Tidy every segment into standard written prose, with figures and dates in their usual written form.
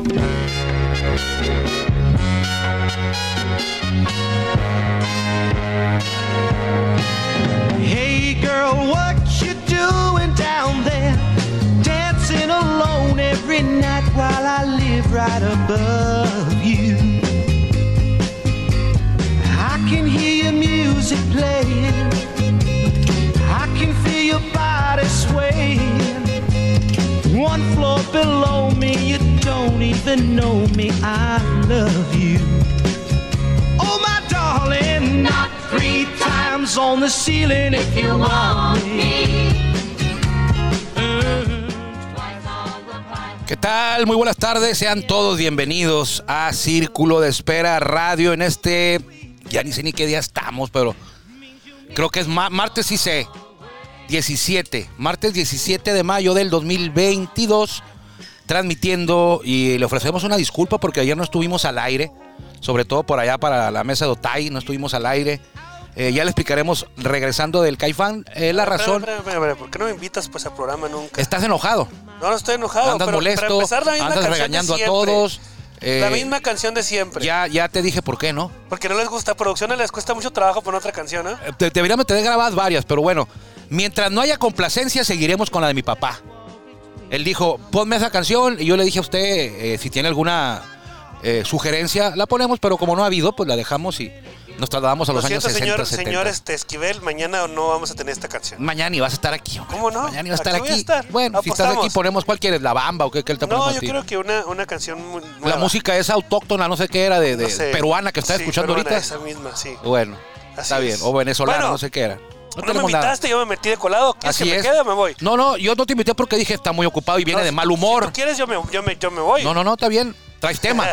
Hey girl, what you doing down there? Dancing alone every night while I live right above you. I can hear your music playing, I can feel your body swaying. One floor below me, you don't even know me, I love you. Oh my darling, Not 3 times on the ceiling if you want me. ¿Qué tal? Muy buenas tardes, sean todos bienvenidos a Círculo de Espera Radio en este, ya ni sé ni qué día estamos, pero creo que es martes, sí sé, 17, martes 17 de mayo del 2022, transmitiendo y le ofrecemos una disculpa porque ayer no estuvimos al aire, sobre todo por allá para la mesa de Otay, no estuvimos al aire. Ya le explicaremos regresando del Caifán la razón. Espera, ¿por qué no me invitas pues al programa nunca? ¿Estás enojado? No estoy enojado. Andas pero molesto, para empezar, la misma andas canción regañando de a siempre. todos. La misma canción de siempre. Ya te dije por qué, ¿no? Porque no les gusta, a producciones les cuesta mucho trabajo poner otra canción, ¿no? Deberíamos tener grabadas varias, pero bueno, mientras no haya complacencia, seguiremos con la de mi papá. Él dijo, ponme esa canción, y yo le dije a usted, si tiene alguna sugerencia, la ponemos, pero como no ha habido, pues la dejamos y nos trasladamos a los años 60, 70. Señor Esquivel, mañana no vamos a tener esta canción. Mañana ibas a estar aquí. ¿Cómo no? Mañana ibas a estar Aquí voy a aquí. estar. Bueno, si estás aquí, ponemos cuál quieres, La Bamba o qué te ponemos No, a yo ti. creo que una canción muy nueva. La música esa autóctona, no sé qué era, de No sé. peruana que estás Sí, escuchando peruana, ahorita. esa misma, sí. Bueno, Así está bien. es. O venezolana, Bueno, no sé qué era. No me tenemos nada. invitaste, yo me metí de colado. ¿Quieres Así que me es. quede o me voy? No, yo no te invité porque dije está muy ocupado y viene de mal humor. Si tú quieres, yo me voy. No, está bien. ¿Traes tema?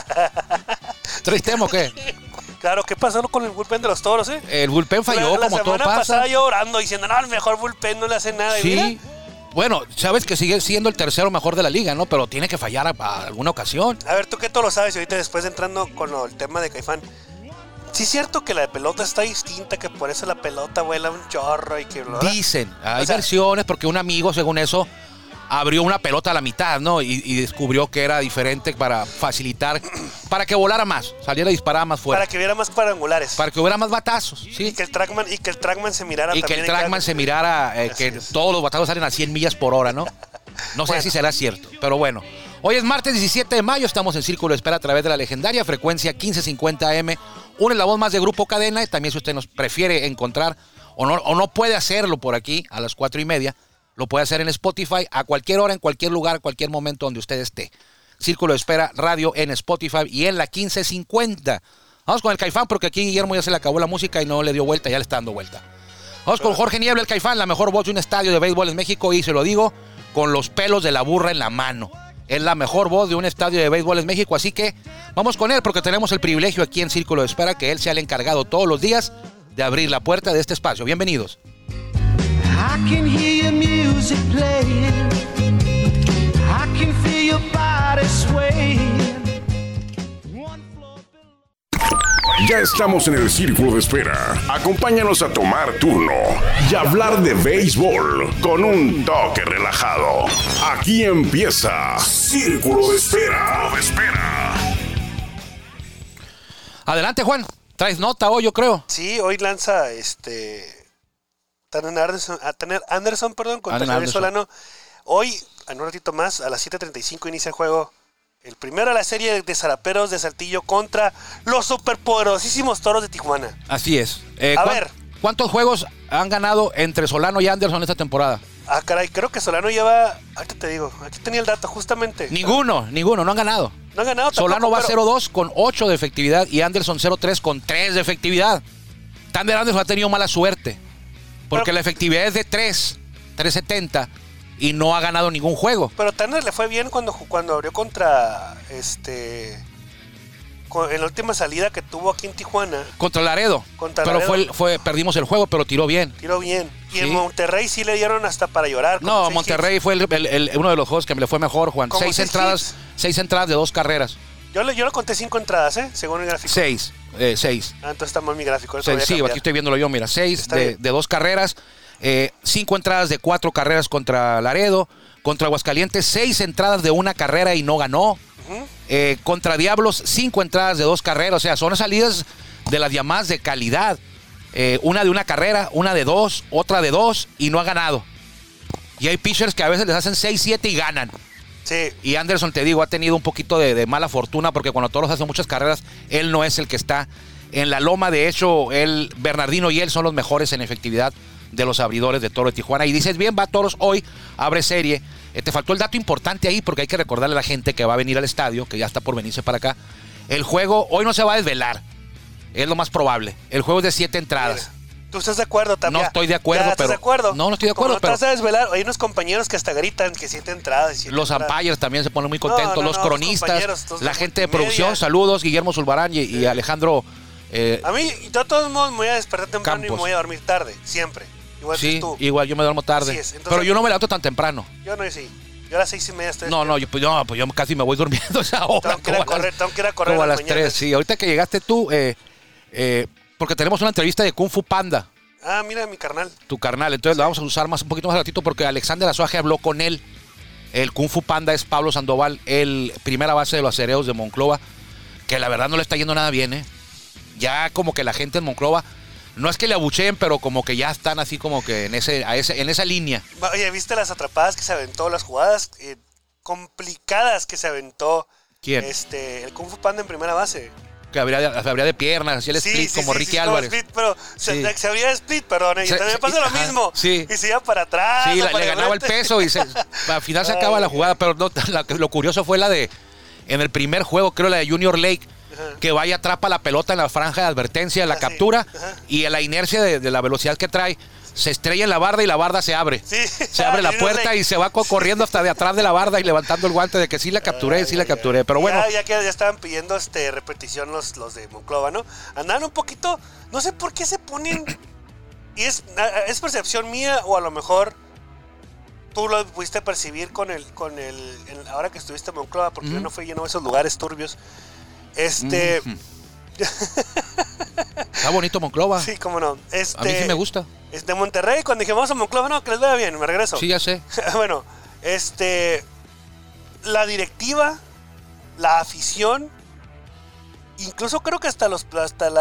¿Traes tema o qué? Claro, ¿qué pasó con el bullpen de los Toros, eh? El bullpen falló, la como todo semana pasa. pasada yo orando, diciendo, no, el mejor bullpen no le hace nada. Y Sí. mira, Bueno, sabes que sigue siendo el tercero mejor de la liga, ¿no? Pero tiene que fallar a alguna ocasión. a ver, tú que todo lo sabes, y ahorita después entrando con el tema de Caifán. Sí es cierto que la de pelota está distinta, que por eso la pelota vuela un chorro y que... Dicen, hay O sea, versiones porque un amigo, según eso, abrió una pelota a la mitad, ¿no? Y descubrió que era diferente para facilitar, para que volara más, saliera a disparar más fuerte. para que hubiera más cuadrangulares. Para que hubiera más batazos, ¿sí? Y que el trackman se mirara Y que también. el trackman se mirara, que es. todos los batazos salen a 100 millas por hora, ¿no? No sé Bueno. si será cierto, pero bueno. Hoy es martes 17 de mayo, estamos en Círculo de Espera a través de la legendaria frecuencia 1550 AM. Une la voz más de Grupo Cadena, y también si usted nos prefiere encontrar o no puede hacerlo por aquí a las 4:30, lo puede hacer en Spotify a cualquier hora, en cualquier lugar, cualquier momento donde usted esté. Círculo de Espera Radio en Spotify y en la 1550. Vamos con el Caifán porque aquí Guillermo ya se le acabó la música y no le dio vuelta, ya le está dando vuelta. Vamos con Jorge Niebla, el Caifán, la mejor voz de un estadio de béisbol en México, y se lo digo con los pelos de la burra en la mano. Es la mejor voz de un estadio de béisbol en México, así que vamos con él porque tenemos el privilegio aquí en Círculo de Espera que él sea el encargado todos los días de abrir la puerta de este espacio. Bienvenidos. I can hear your music playing, I can feel your body swaying. One floor below. Ya estamos en el Círculo de Espera. Acompáñanos a tomar turno y hablar de béisbol con un toque relajado. Aquí empieza Círculo de Espera. Adelante, Juan. Traes nota hoy, yo creo. Sí, hoy lanza Tanner Anderson contra Tanner Javier Anderson. Solano. Hoy, en un ratito más, a las 7:35 inicia el juego. El primero de la serie de zaraperos de Saltillo contra los superpoderosísimos Toros de Tijuana. Así es. A ver. ¿Cuántos juegos han ganado entre Solano y Anderson esta temporada? Ah, caray, creo que Solano lleva... Ahorita te digo, aquí tenía el dato justamente. Ninguno, no han ganado. No han ganado tampoco, Solano va pero- 0-2 con 8 de efectividad y Anderson 0-3 con 3 de efectividad. Tanner Anderson ha tenido mala suerte porque Pero- la efectividad es de 3.70 y no ha ganado ningún juego. Pero Tanner le fue bien cuando abrió contra en la última salida que tuvo aquí en Tijuana. Contra Laredo. Pero Laredo. perdimos el juego, pero tiró bien. Tiró bien. Y Sí. en Monterrey sí le dieron hasta para llorar. como No, 6 Monterrey fue uno de los juegos que me le fue mejor, Juan. Como 6 6 entradas, 6 entradas de 2 carreras. hits. Yo le conté 5 entradas, según el gráfico. 6. Ah, entonces está mal mi gráfico. Eso voy a Sí, cambiar. aquí estoy viéndolo yo, mira, 6 Está de bien. 2 carreras, 5 entradas de 4 carreras contra Laredo, contra Aguascalientes 6 entradas de 1 carrera y no ganó. Contra Diablos, 5 entradas de 2 carreras. O sea, son salidas de las llamadas de calidad. Una de una carrera, una de 2, otra de 2 y no ha ganado. Y hay pitchers que a veces les hacen 6-7 y ganan. Sí. Y Anderson, te digo, ha tenido un poquito de mala fortuna porque cuando Toros hace muchas carreras, él no es el que está en la loma. De hecho, Bernardino y él son los mejores en efectividad de los abridores de Toro de Tijuana. Y dices, bien, va Toros hoy, abre serie. Te faltó el dato importante ahí porque hay que recordarle a la gente que va a venir al estadio, que ya está por venirse para acá. El juego hoy no se va a desvelar. Es lo más probable. El juego es de 7 entradas. Mira, ¿tú estás de acuerdo también? No estoy de acuerdo, ¿Estás de acuerdo? No estoy de acuerdo, Como no estás a desvelar, hay unos compañeros que hasta gritan que 7 entradas. Los umpires también se ponen muy contentos, los cronistas, la gente de producción, media. saludos, Guillermo Zulbarán y Alejandro. A mí, yo de todos modos me voy a despertar temprano Campos. y me voy a dormir tarde, siempre. Igual que Sí, tú. igual yo me duermo tarde. Así es, entonces- Pero yo no me levanto tan temprano. Yo no, sí. Yo a las 6:30 estoy. No, yo casi me voy durmiendo a esa hora. Tengo que ir a correr, Como a en las las 3. mañanas. Sí, ahorita que llegaste tú, porque tenemos una entrevista de Kung Fu Panda, Ah, mira, mi carnal. tu carnal. Entonces la vamos a usar un poquito más ratito porque Alexander Azuaje habló con él. El Kung Fu Panda es Pablo Sandoval, el primera base de los Acereros de Monclova, que la verdad no le está yendo nada bien, ¿eh? Ya como que la gente en Monclova, no es que le abucheen, pero como que ya están así como que en esa línea. Oye, ¿viste las atrapadas que se aventó, las jugadas complicadas que se aventó? ¿Quién? El Kung Fu Panda en primera base. Que habría de piernas, hacía el split como Ricky Álvarez. Split, pero Sí. se abría el split, perdón, y también pasa lo ajá, mismo. sí. Y se iba para atrás. Sí, o le para ganaba el adelante. peso y al final se acaba la jugada, pero no, lo curioso fue en el primer juego, creo la de Junior Lake, Ajá. que vaya, atrapa la pelota en la franja de advertencia, la Ah, sí. captura Ajá. y a la inercia de la velocidad que trae, se estrella en la barda y la barda se abre. Sí. Se abre la Junior puerta Lake. y se va corriendo hasta de atrás de la barda y levantando el guante de que sí la capturé, sí la capturé. Pero bueno, Ya estaban pidiendo repetición los de Monclova, ¿no? Andaban un poquito, no sé por qué se ponen. Y es percepción mía, o a lo mejor tú lo pudiste percibir ahora que estuviste en Monclova, porque yo no fui lleno de esos lugares turbios. está bonito Monclova. Sí, cómo no. A mí sí me gusta. De Monterrey, cuando dije vamos a Monclova, no, que les vaya bien, me regreso. Sí, ya sé. Bueno, la directiva, la afición, incluso creo que hasta los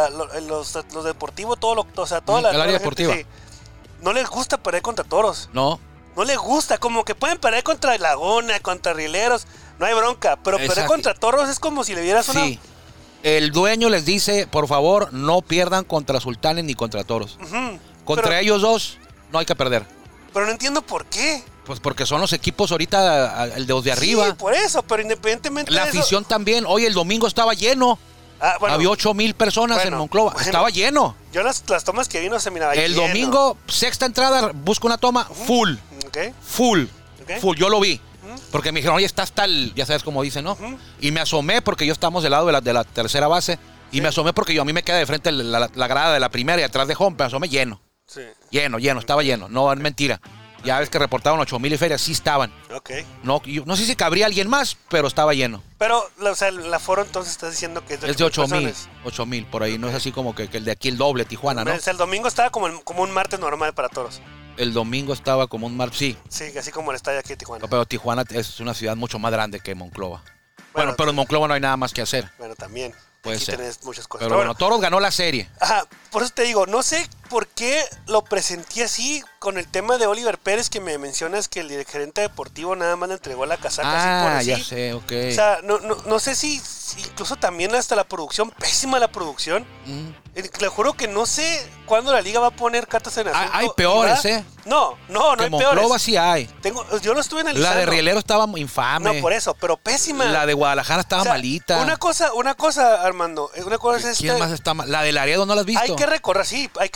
deportivos, toda El área deportiva. sí, no les gusta perder contra Toros. No. No les gusta, como que pueden perder contra Laguna, contra Rieleros, no hay bronca, pero perder Exacto. contra Toros es como si le vieras una... Sí. El dueño les dice, por favor, no pierdan contra Sultanes ni contra Toros. Ujú, Contra pero, ellos dos, no hay que perder. pero no entiendo por qué. Pues porque son los equipos ahorita, el de los de arriba. Sí, por eso, pero independientemente La de eso... afición también. Hoy el domingo estaba lleno. Ah, bueno, Había 8,000 personas en bueno, Monclova. bueno. Estaba lleno. yo las tomas que vi no se miraba El lleno. domingo, sexta entrada, busco una toma, full. Ok. Full. Ok. Full. Yo lo vi. Porque me dijeron, oye, está hasta el... Ya sabes cómo dicen, ¿no? Y me asomé porque yo estamos del lado de la tercera base. Y me asomé porque a mí me queda de frente la grada de la primera y atrás de home. Me asomé lleno. Sí, Lleno, estaba lleno. No, es mentira. Ya ves que reportaron 8,000 y ferias, sí estaban. ok. No sé si cabría alguien más, pero estaba lleno. Pero, el aforo entonces estás diciendo que es de Es de 8,000. personas. 8,000 por ahí. No es así como que el de aquí el doble, Tijuana, ¿no? O sea, el domingo estaba como un martes normal para Toros. El domingo estaba como un mar. Sí, Sí, así como el estadio aquí en Tijuana. pero Tijuana es una ciudad mucho más grande que Monclova. Bueno, pero en Monclova no hay nada más que hacer. Bueno, también. Puede Aquí ser. tenés muchas cosas. Pero bueno, Toros ganó la serie. Ajá, por eso te digo, no sé por qué lo presenté así con el tema de Oliver Pérez, que me mencionas que el gerente deportivo nada más le entregó la casaca así por así. Ya sé, ok. O sea, no sé si incluso también hasta la producción, pésima la producción. Le juro que no sé cuándo la liga va a poner cartas en asunto. Hay peores, ¿verdad? ¿eh? No Que hay Monclova peores. sí hay. Yo lo estuve analizando. La de Rielero estaba infame. No, por eso, pero pésima. La de Guadalajara estaba O sea, malita. Una cosa, Armando, una cosa es ¿Quién más está mal? La de Laredo, ¿no la has visto? Hay que recordar,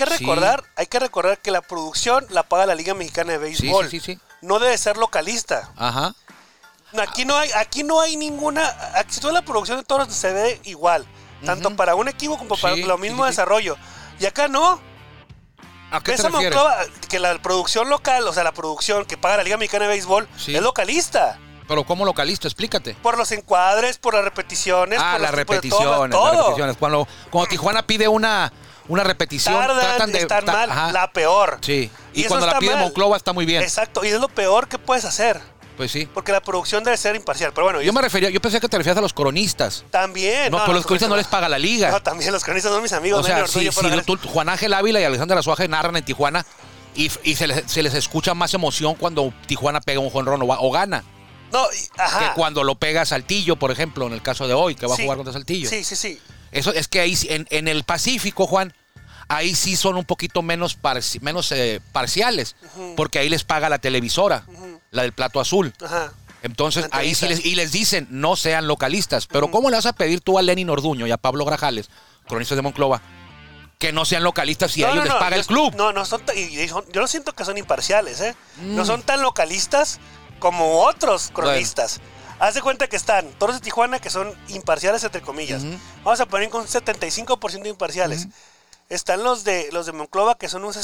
hay que recordar que la producción la paga la Liga Mexicana de Béisbol. Sí. No debe ser localista. Ajá. Aquí no hay ninguna. Si toda la producción de Toros se ve igual, tanto para un equipo como para Sí, lo mismo sí. desarrollo. Y acá no. ¿A qué Ves te a refieres? Monclova, que la producción local, o sea, la producción que paga la Liga Mexicana de Béisbol, Sí. es localista. Pero ¿cómo localista? Explícate. Por los encuadres, por las repeticiones, por Las los tipos de repeticiones, tomas, las todo. repeticiones. Cuando Tijuana pide una repetición, Tardan, tratan de... están mal, ajá. la peor. Sí. Y eso cuando la está pide mal. Monclova está muy bien. Exacto, y es lo peor que puedes hacer. Pues sí. Porque la producción debe ser imparcial. Pero bueno, Yo pensé que te referías a los cronistas. también. No, pero los cronistas no les paga la liga. No, también los cronistas son mis amigos. O sea, Juan Ángel Ávila y Alexander Azuaje narran en Tijuana y se les escucha más emoción cuando Tijuana pega un jonrón o gana. No, ajá. Que cuando lo pega Saltillo, por ejemplo, en el caso de hoy, que va a jugar contra Saltillo. Sí. Eso es que ahí en el Pacífico, Juan, ahí sí son un poquito menos parciales, porque ahí les paga la televisora, la del plato azul. Ajá. Entonces ahí sí les dicen, no sean localistas. Pero ¿cómo le vas a pedir tú a Lenin Orduño y a Pablo Grajales, cronistas de Monclova, que no sean localistas si a ellos les paga el club? No, yo lo siento que son imparciales, ¿eh? No son tan localistas como otros cronistas. Bueno. Haz de cuenta que están Toros de Tijuana, que son imparciales, entre comillas. Vamos a poner con un 75% imparciales. Están los de Monclova, que son un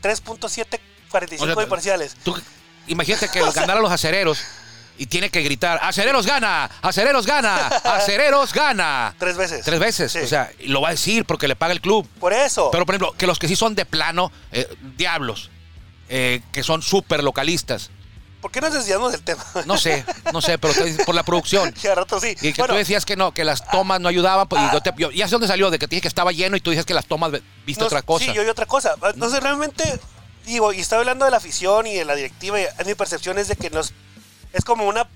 63.745 imparciales. Tú, imagínate que ganaran los acereros y tiene que gritar, ¡Acereros gana! ¡Acereros gana! ¡Acereros gana! 3 veces. 3 veces. Sí. O sea, lo va a decir porque le paga el club. Por eso. Pero, por ejemplo, que los que sí son de plano, diablos, que son súper localistas. ¿Por qué nos desviamos del tema? No sé, pero por la producción. Que a rato sí. Y que tú decías que no, que las tomas no ayudaban. Pues, ya sé dónde salió, de que te dije que estaba lleno y tú dices que las tomas viste otra cosa. Sí, yo vi otra cosa. Entonces, realmente, digo, y estaba hablando de la afición y de la directiva, y mi percepción es de que es como una...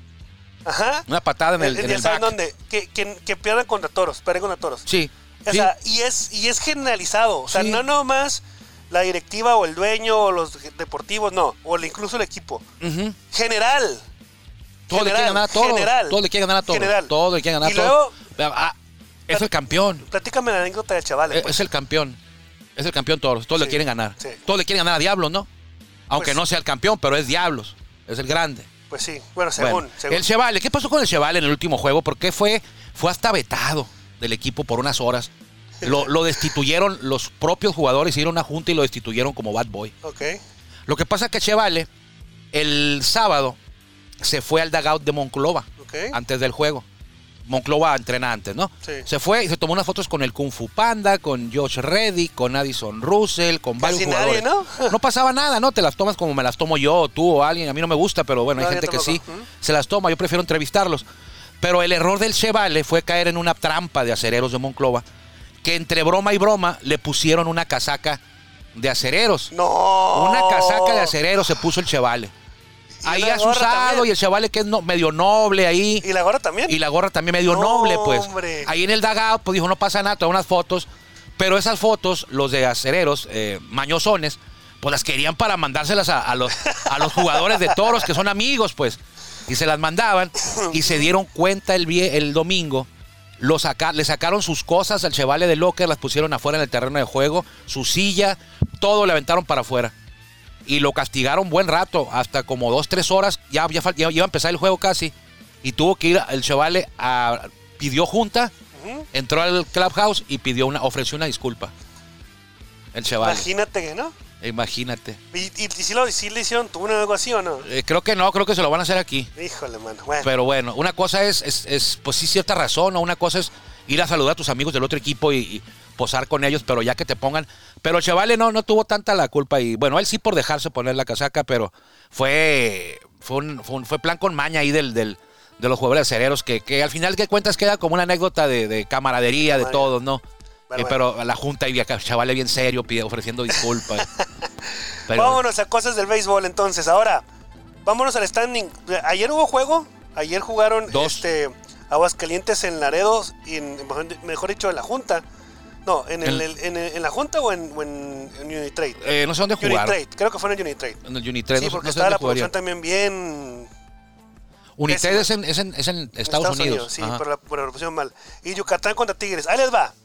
Ajá. Una patada en el back. Donde que pierdan contra Toros, pierden contra Toros. Sí. O sea, y es generalizado. O sea, no nomás la directiva o el dueño o los deportivos, no. O incluso el equipo. General. Todo le quiere ganar a todo. General. Todo le quiere ganar a todo. General. Todo le quiere ganar a todo. Y luego... es el campeón. Platícame la anécdota del chaval. Pues. Es el campeón. Es el campeón Toros. Todos le quieren ganar. Sí. Todos le quieren ganar a Diablos, ¿no? Aunque no sea el campeón, pero es Diablos. Es el grande. Pues sí, según. El Chevale, ¿qué pasó con el Chevale en el último juego? Porque fue hasta vetado del equipo por unas horas. Lo destituyeron los propios jugadores, hicieron una junta y lo destituyeron como bad boy. Okay. Lo que pasa es que Chevale el sábado se fue al dugout de Monclova antes del juego. Monclova entrena antes, ¿no? Sí. Se fue y se tomó unas fotos con el Kung Fu Panda, con Josh Reddy, con Addison Russell, con varios jugadores. Nadie, ¿no? No pasaba nada, ¿no? Te las tomas como me las tomo yo, tú o alguien. A mí no me gusta, pero bueno, hay gente que sí se las toma. Yo prefiero entrevistarlos. Pero el error del Chevale fue caer en una trampa de acereros de Monclova, que entre broma y broma le pusieron una casaca de acereros. ¡No! Una casaca de acereros se puso el Chevale. Ahí asusado, y el Chevale que es medio noble ahí. ¿Y la gorra también? Y la gorra también medio noble, pues. Hombre. Ahí en el dugout, pues dijo, no pasa nada, tomé unas fotos. Pero esas fotos, los de acereros, mañosones, pues las querían para mandárselas a los jugadores de Toros, que son amigos, pues. Y se las mandaban, y se dieron cuenta el domingo. Le sacaron sus cosas al Chevale de locker, las pusieron afuera en el terreno de juego, su silla, todo le aventaron para afuera. Y lo castigaron buen rato, hasta como 2-3 horas, ya iba a empezar el juego casi, y tuvo que ir el Chevale, pidió junta, entró al clubhouse y ofreció una disculpa. El Chevale. Imagínate que no. Imagínate. ¿Y si le hicieron túnel o algo así o no? Creo que no, creo que se lo van a hacer aquí. Híjole, mano. Bueno. Pero bueno, una cosa es pues sí, cierta razón, ¿no? Una cosa es ir a saludar a tus amigos del otro equipo y posar con ellos, pero ya que te pongan. Pero el Chevale no tuvo tanta la culpa, y bueno, él sí por dejarse poner la casaca, pero fue plan con maña ahí de los jugadores acereros, que al final que cuentas queda como una anécdota de camaradería de todos, ¿no? Pero la junta y el Chevale bien serio ofreciendo disculpas. Pero... Vámonos a cosas del béisbol entonces. Ahora, vámonos al standing. Ayer hubo juego. Ayer jugaron Aguascalientes en Laredo, y mejor dicho en la junta. No, en la junta o en Unitrade. No sé dónde jugaron. Unitrade, creo que fue en Unitrade. En el Unitrade. Sí, porque estaba la producción también bien. Unitrade es en Estados Unidos. Sí, por la producción mal. Y Yucatán contra Tigres. Ahí les va.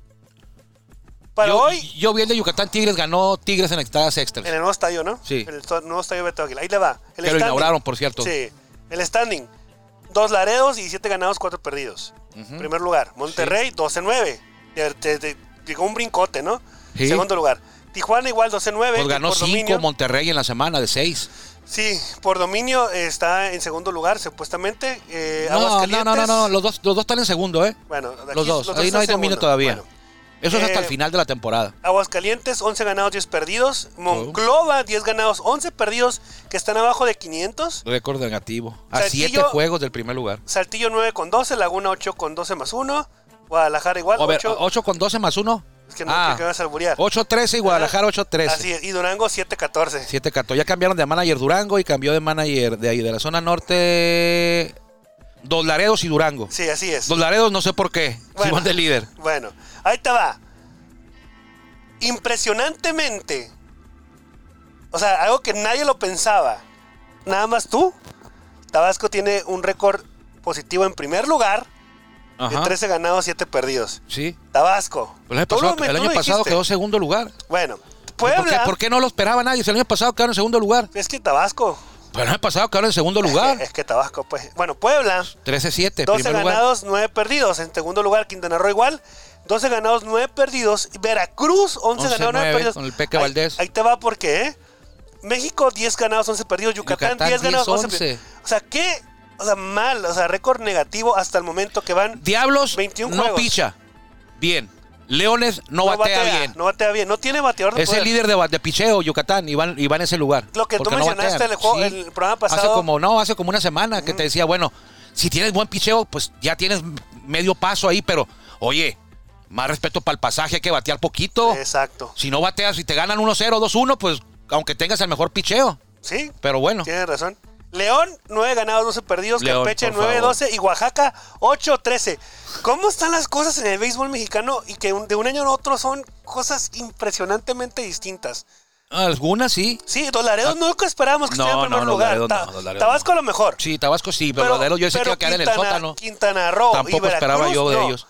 Yo vi el de Yucatán Tigres, ganó Tigres en entradas extras. En el nuevo estadio, ¿no? Sí. En el nuevo estadio Beto Águila. Ahí le va. Que lo inauguraron, por cierto. Sí. El standing. 2 Laredos y 7 ganados, 4 perdidos. Primer lugar. Monterrey, 12-9. Llegó un brincote, ¿no? Sí. Segundo lugar. Tijuana igual, 12-9. Pues ganó 5 Monterrey en la semana de 6. Sí, por dominio está en segundo lugar, supuestamente. No, los dos están en segundo, ¿eh? Bueno, los dos. Ahí no hay dominio todavía. Bueno. Eso es hasta el final de la temporada. Aguascalientes, 11 ganados, 10 perdidos. Monclova, 10 ganados, 11 perdidos, que están abajo de 500. Récord negativo. A Saltillo, 7 juegos del primer lugar. Saltillo 9 con 12, Laguna 8 con 12 más 1. Guadalajara igual, A ver, 8. 8 con 12 más 1. Es que no, que vas a alburear. 8-13 y Guadalajara 8-13. Así es, y Durango 7-14. 7-14. Ya cambiaron de manager Durango y cambió de manager de ahí, de la zona norte. Dos Laredos y Durango. Sí, así es. Dos Laredos no sé por qué. Bueno, Si van de líder. Bueno, ahí te va. Impresionantemente. O sea, algo que nadie lo pensaba. Nada más tú. Tabasco tiene un récord positivo en primer lugar. Ajá. De 13 ganados, 7 perdidos. Sí. Tabasco. El año pasado quedó segundo lugar. Bueno, Puebla. ¿Por qué no lo esperaba nadie? Si el año pasado quedaron en segundo lugar. Es que Tabasco. Pero el año pasado quedaron en segundo lugar. Es que Tabasco, pues. Bueno, Puebla. 13-7. 12 ganados, 9 perdidos. En segundo lugar, Quintana Roo igual. 12 ganados, 9 perdidos. Veracruz, 11 ganados, 9 perdidos. Con el Peque Valdés. Ahí te va porque, México, 10 ganados, 11 perdidos. Yucatán 10 ganados, 11 perdidos. O sea, ¿qué? O sea, mal. O sea, récord negativo hasta el momento que van. Diablos 21 no juegos. picha bien. Leones no batea bien. No batea bien. No tiene bateador de Es poder. el líder de picheo, Yucatán, y van en ese lugar. Lo que tú porque mencionaste el programa pasado. Hace como una semana que te decía, bueno, si tienes buen picheo, pues ya tienes medio paso ahí, pero, oye, más respeto para el pasaje, hay que batear poquito. Exacto. Si no bateas, si te ganan 1-0, 2-1, pues aunque tengas el mejor picheo. Sí. Pero bueno. Tienes razón. León, 9 ganados, 12 perdidos. León, Campeche, 9-12. Y Oaxaca, 8-13. ¿Cómo están las cosas en el béisbol mexicano? Y que de un año a otro son cosas impresionantemente distintas. Algunas sí. Sí, Dos Laredos nunca esperábamos que estuviera en primer lugar. Tabasco a lo mejor. Sí, Tabasco sí, pero Los Laredos yo sé que iba a quedar en el sótano. Quintana Roo Tampoco y Veracruz, esperaba yo de ellos.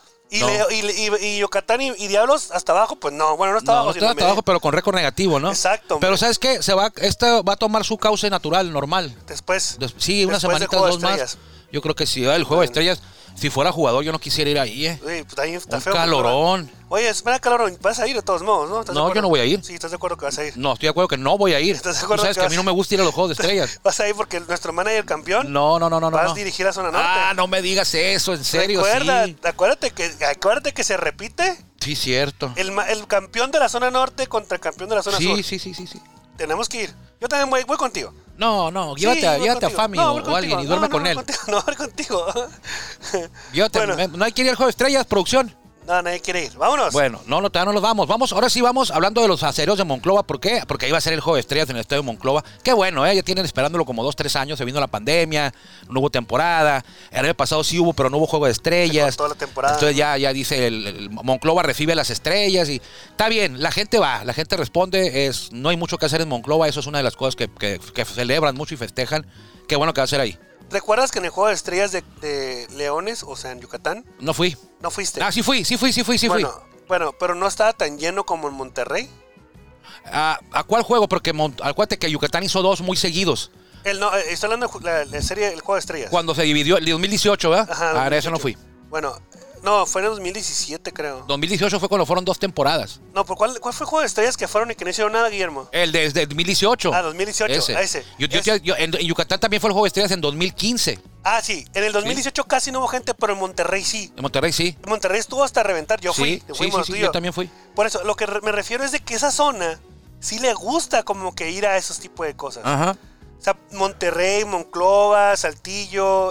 Y Yucatán y Diablos hasta abajo, pues no. Bueno, no está abajo. No está hasta abajo, pero con récord negativo, ¿no? Exacto. Pero ¿sabes qué? Este va a tomar su cauce natural, normal. Después. Sí, unas semanitas, dos más. Yo creo que sí, el juego de estrellas. Si fuera jugador, yo no quisiera ir ahí, Uy, pues ahí está un feo. calorón. Oye, espera, calorón. Vas a ir de todos modos, ¿no? No, yo no voy a ir. Sí, ¿estás de acuerdo que vas a ir? No, estoy de acuerdo que no voy a ir. ¿Estás de Tú acuerdo sabes que a mí no me gusta ir a los juegos de estrellas. ¿Vas a ir porque nuestro manager campeón? No. ¿Vas a dirigir a Zona Norte? No me digas eso, en serio, sí. Acuérdate que se repite. Sí, cierto. El campeón de la Zona Norte contra el campeón de la Zona Sur. Sí. Tenemos que ir. Yo también voy contigo. No, llévate a Fami o alguien y duerme con él. No, voy contigo. No hay que ir al juego de estrellas, producción. No, nadie quiere ir. Vámonos. Bueno, todavía no nos vamos. Ahora sí vamos hablando de los acereros de Monclova. ¿Por qué? Porque ahí va a ser el juego de estrellas en el estadio de Monclova. Qué bueno, ya tienen esperándolo como 2-3 años. Se vino la pandemia, no hubo temporada. El año pasado sí hubo, pero no hubo juego de estrellas. Toda la temporada. Entonces ya dice el Monclova recibe las estrellas y está bien, la gente va, la gente responde. No hay mucho que hacer en Monclova. Eso es una de las cosas que celebran mucho y festejan. Qué bueno que va a ser ahí. ¿Recuerdas que en el juego de estrellas de Leones, o sea, en Yucatán? No fui. ¿No fuiste? Sí fui. Bueno, pero no estaba tan lleno como en Monterrey. ¿A cuál juego? Porque acuérdate que Yucatán hizo 2 muy seguidos. Estoy hablando de la serie El Juego de Estrellas. Cuando se dividió, el 2018, ¿verdad? Ajá. 2018. Eso no fui. Bueno, no, fue en el 2017, creo. 2018 fue cuando fueron 2 temporadas. No, ¿cuál fue el Juego de Estrellas que fueron y que no hicieron nada, Guillermo? El de 2018. 2018, ese. En Yucatán también fue el Juego de Estrellas en 2015. Sí, en el 2018 casi no hubo gente, pero en Monterrey sí. En Monterrey sí. En Monterrey estuvo hasta reventar, yo fui. Sí, yo también fui. Por eso, lo que me refiero es de que esa zona sí le gusta como que ir a esos tipos de cosas. Ajá. O sea, Monterrey, Monclova, Saltillo,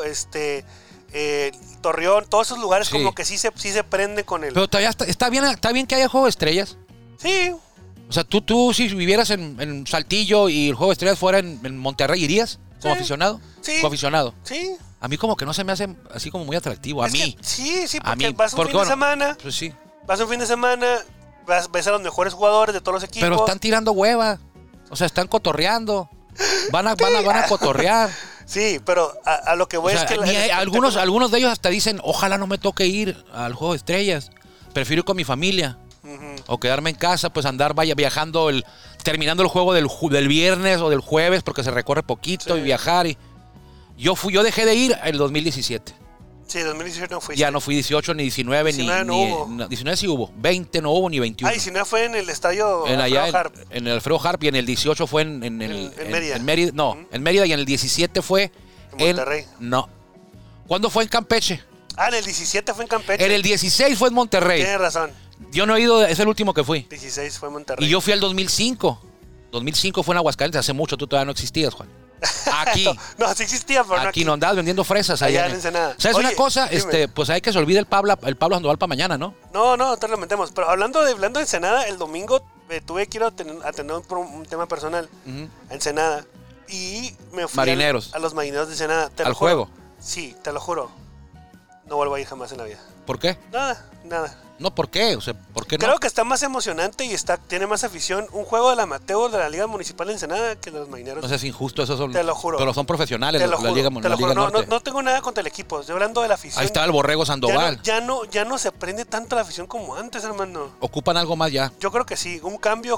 Torreón, todos esos lugares como que sí se prenden con él. Pero todavía está bien que haya Juego de Estrellas. Sí. O sea, tú si vivieras en Saltillo y el Juego de Estrellas fuera en Monterrey, ¿irías como aficionado? Sí. Como aficionado. Sí. A mí como que no se me hace así como muy atractivo. A mí. Sí, porque vas un fin de semana. Pues sí. Vas un fin de semana, ves a los mejores jugadores de todos los equipos. Pero están tirando hueva. O sea, están cotorreando. Van a cotorrear. Sí, pero a lo que voy es que... Algunos de ellos hasta dicen, ojalá no me toque ir al Juego de Estrellas. Prefiero ir con mi familia. O quedarme en casa, pues andar viajando, terminando el juego del viernes o del jueves, porque se recorre poquito y viajar. Yo dejé de ir el 2017. Sí, 2018 no fuiste. Ya no fui 18 ni 19. 19 no hubo. 19 sí hubo. 20 no hubo ni 21. 19 fue en el estadio Alfredo Harp. En el Alfredo Harp, y en el 18 fue en Mérida. En Mérida. No, en Mérida, y en el 17 fue en Monterrey. No. ¿Cuándo fue en Campeche? En el 17 fue en Campeche. En el 16 fue en Monterrey. Tienes razón. Yo no he ido, es el último que fui. 16 fue en Monterrey. Y yo fui al 2005. 2005 fue en Aguascalientes, hace mucho, tú todavía no existías, Juan. Aquí. no, sí existía, pero no Aquí no andabas vendiendo fresas allá allá. en Ensenada. ¿Sabes Oye, una cosa? dime. Pues hay que se olvide el Pablo Sandoval para mañana, ¿no? No, entonces lo metemos. Pero hablando de Ensenada, el domingo tuve que ir a atender un tema personal a Ensenada. Y me fui Marineros. a los marineros de Ensenada. ¿Al juego? Sí, te lo juro. No vuelvo a ir jamás en la vida. ¿Por qué? Nada. No, ¿por qué? O sea, ¿por qué no? Creo que está más emocionante y tiene más afición un juego del amateur de la Liga Municipal de Ensenada que de los marineros. No es injusto, esos son. Te lo juro. Pero son profesionales, Te lo la juro, Liga, te lo la Liga juro. Norte. No tengo nada contra el equipo. Estoy hablando de la afición. Ahí está el Borrego Sandoval. Ya no se prende tanto la afición como antes, hermano. Ocupan algo más ya. Yo creo que sí. Un cambio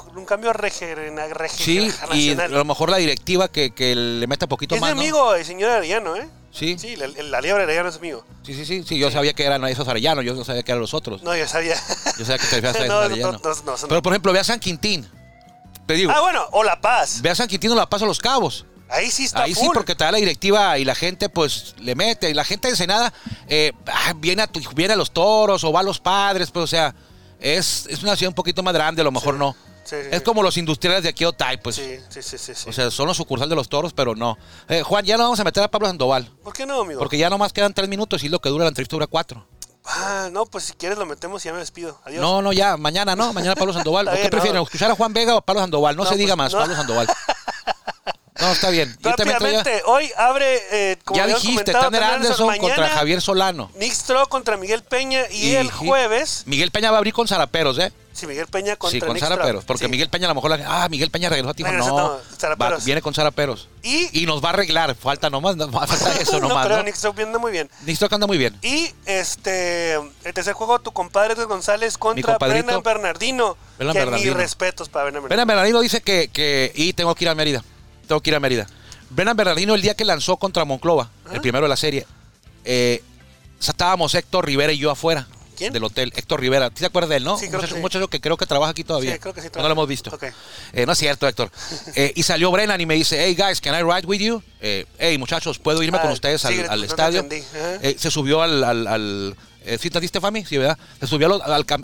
Sí, y a lo mejor la directiva que le meta poquito es más. mi amigo, el señor Arellano, ¿eh? Sí. Sí, la liebre Arellano es amigo. Sí, yo sabía que eran esos arellanos, yo no sabía que eran los otros. No, yo sabía. Yo sabía que te refieres a No, Arellano. no. Pero por ejemplo, ve a San Quintín. Te digo, Bueno, o La Paz. ve a San Quintín o La Paz o Los Cabos. Ahí sí está Ahí sí, full. porque te da la directiva y la gente pues le mete. Y la gente de Ensenada viene a los toros o va a los padres, pues o sea, es una ciudad un poquito más grande, a lo mejor no. Sí, es como los industriales de aquí Otay, pues. Sí. O sea, son los sucursal de los toros, pero no. Juan, ya no vamos a meter a Pablo Sandoval. ¿Por qué no, amigo? Porque ya nomás quedan 3 minutos y lo que dura la entrevista dura 4. No, pues si quieres lo metemos y ya me despido. Adiós. No, ya, mañana Pablo Sandoval. ¿O Está qué bien, prefieren? no. ¿Escuchar a Juan Vega o a Pablo Sandoval? No se diga pues, más, no. Pablo Sandoval. No, está bien. Yo te meto ya. Rápidamente, hoy abre, como Ya habíamos dijiste, comentado, Tanner Anderson mañana, contra Javier Solano. Nick Stroh contra Miguel Peña y el jueves... Miguel Peña va a abrir con Zaraperos, ¿eh? Sí, Miguel Peña contra Sí, con Nick Zaraperos. Stroh. Porque Sí. Miguel Peña a lo mejor Miguel Peña regresó a Tijuana. Regresó, No, Zaraperos. viene con Zaraperos. Y nos va a arreglar. Falta eso no, nomás, pero ¿no? Nick Stroh viene muy bien. Nick Stroh anda muy bien. Y el tercer juego, tu compadre Edwin González Mi contra compadrito. Brennan Bernardino. Brennan que Bernardino. mis respetos para Brennan Brennan Bernardino. Bernardino dice que y tengo que ir a Mérida. Brennan Bernardino, el día que lanzó contra Monclova, el primero de la serie, estábamos Héctor Rivera y yo afuera. ¿Quién? Del hotel. Héctor Rivera. ¿Sí te acuerdas de él, no? Sí, creo que sí. Un muchacho que creo que trabaja aquí todavía. Sí, creo que sí No lo hemos visto. Ok. No es cierto, Héctor. Y salió Brennan y me dice, hey, guys, can I ride with you? Hey, muchachos, ¿puedo irme con ustedes sí, al no te estadio? entendí. Ajá. Se subió ¿sí te diste, Fami? Sí, ¿verdad? Se subió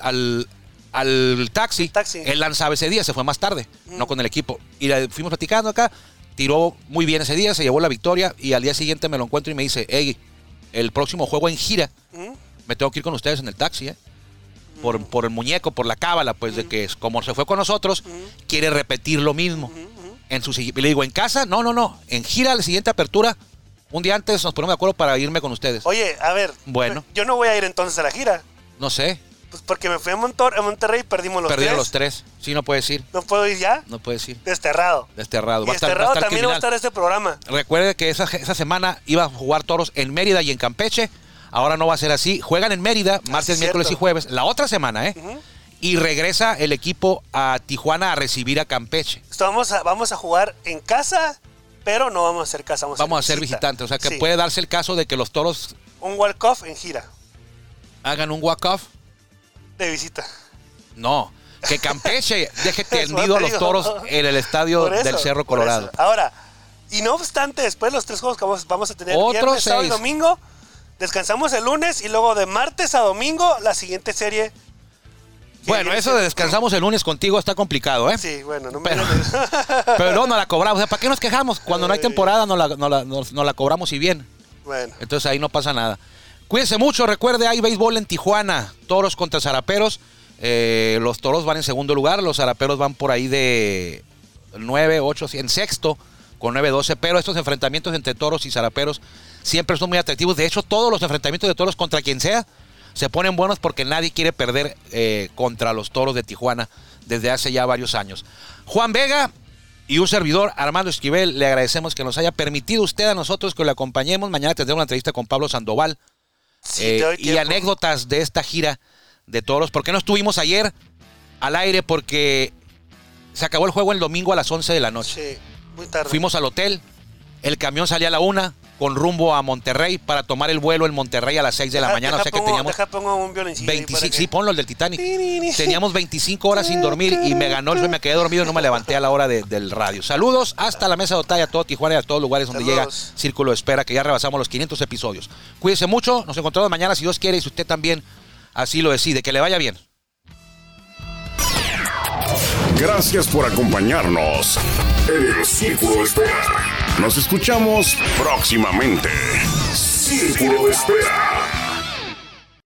al taxi. Él lanzaba ese día, se fue más tarde, no con el equipo. Y fuimos platicando acá, tiró muy bien ese día, se llevó la victoria y al día siguiente me lo encuentro y me dice, hey, el próximo juego en gira, me tengo que ir con ustedes en el taxi, por el muñeco, por la cábala, pues de que como se fue con nosotros, quiere repetir lo mismo. Y le digo, ¿en casa? No. En gira, la siguiente apertura, un día antes nos ponemos de acuerdo para irme con ustedes. Oye, a ver. Bueno. Yo no voy a ir entonces a la gira. No sé. Pues porque me fui a Monterrey y perdimos los 3. Sí, no puedes ir. ¿No puedo ir ya? No puedes ir. Desterrado. Desterrado. Y desterrado también va a estar este programa. Recuerde que esa semana iba a jugar toros en Mérida y en Campeche. Ahora no va a ser así. Juegan en Mérida martes, miércoles y jueves. La otra semana, Y regresa el equipo a Tijuana a recibir a Campeche. Vamos a jugar en casa, pero no vamos a hacer casa. Vamos a ser visitantes. O sea que sí. puede darse el caso de que los toros... Un walk-off en gira. Hagan un walk-off. De visita. No. Que Campeche deje tendido a los toros en el estadio del Cerro Colorado. Ahora, y no obstante, después los 3 juegos que vamos a tener viernes, sábado y domingo, descansamos el lunes y luego de martes a domingo la siguiente serie. Bueno, eso de descansamos el lunes contigo está complicado, ¿eh? Sí, bueno, no me pero luego no la cobramos. O sea, ¿para qué nos quejamos? Cuando no hay temporada no la cobramos y bien. Bueno. Entonces ahí no pasa nada. Cuídense mucho, recuerde, hay béisbol en Tijuana. Toros contra Zaraperos. Los toros van en segundo lugar, los Zaraperos van por ahí de 9, 8, en sexto con 9-12. Pero estos enfrentamientos entre toros y Zaraperos siempre son muy atractivos. De hecho, todos los enfrentamientos de toros contra quien sea se ponen buenos porque nadie quiere perder contra los toros de Tijuana desde hace ya varios años. Juan Vega y un servidor, Armando Esquivel, le agradecemos que nos haya permitido usted a nosotros que lo acompañemos. Mañana tendremos una entrevista con Pablo Sandoval y anécdotas de esta gira de toros. ¿Por qué no estuvimos ayer al aire? Porque se acabó el juego el domingo a las 11 de la noche. Sí, muy tarde. Fuimos al hotel, el camión salía a la 1 con rumbo a Monterrey para tomar el vuelo en Monterrey a las 6 de la mañana. O sea que teníamos... pongo un violincillo 25, sí, ponlo, el del Titanic. Teníamos 25 horas sin dormir y me ganó, me quedé dormido y no me levanté a la hora del radio. Saludos hasta la mesa de Otay, a todo Tijuana y a todos lugares donde llega Círculo de Espera, que ya rebasamos los 500 episodios. Cuídense mucho, nos encontramos mañana si Dios quiere y si usted también así lo decide. Que le vaya bien. Gracias por acompañarnos en el Círculo de Espera. Nos escuchamos próximamente. Círculo de Espera.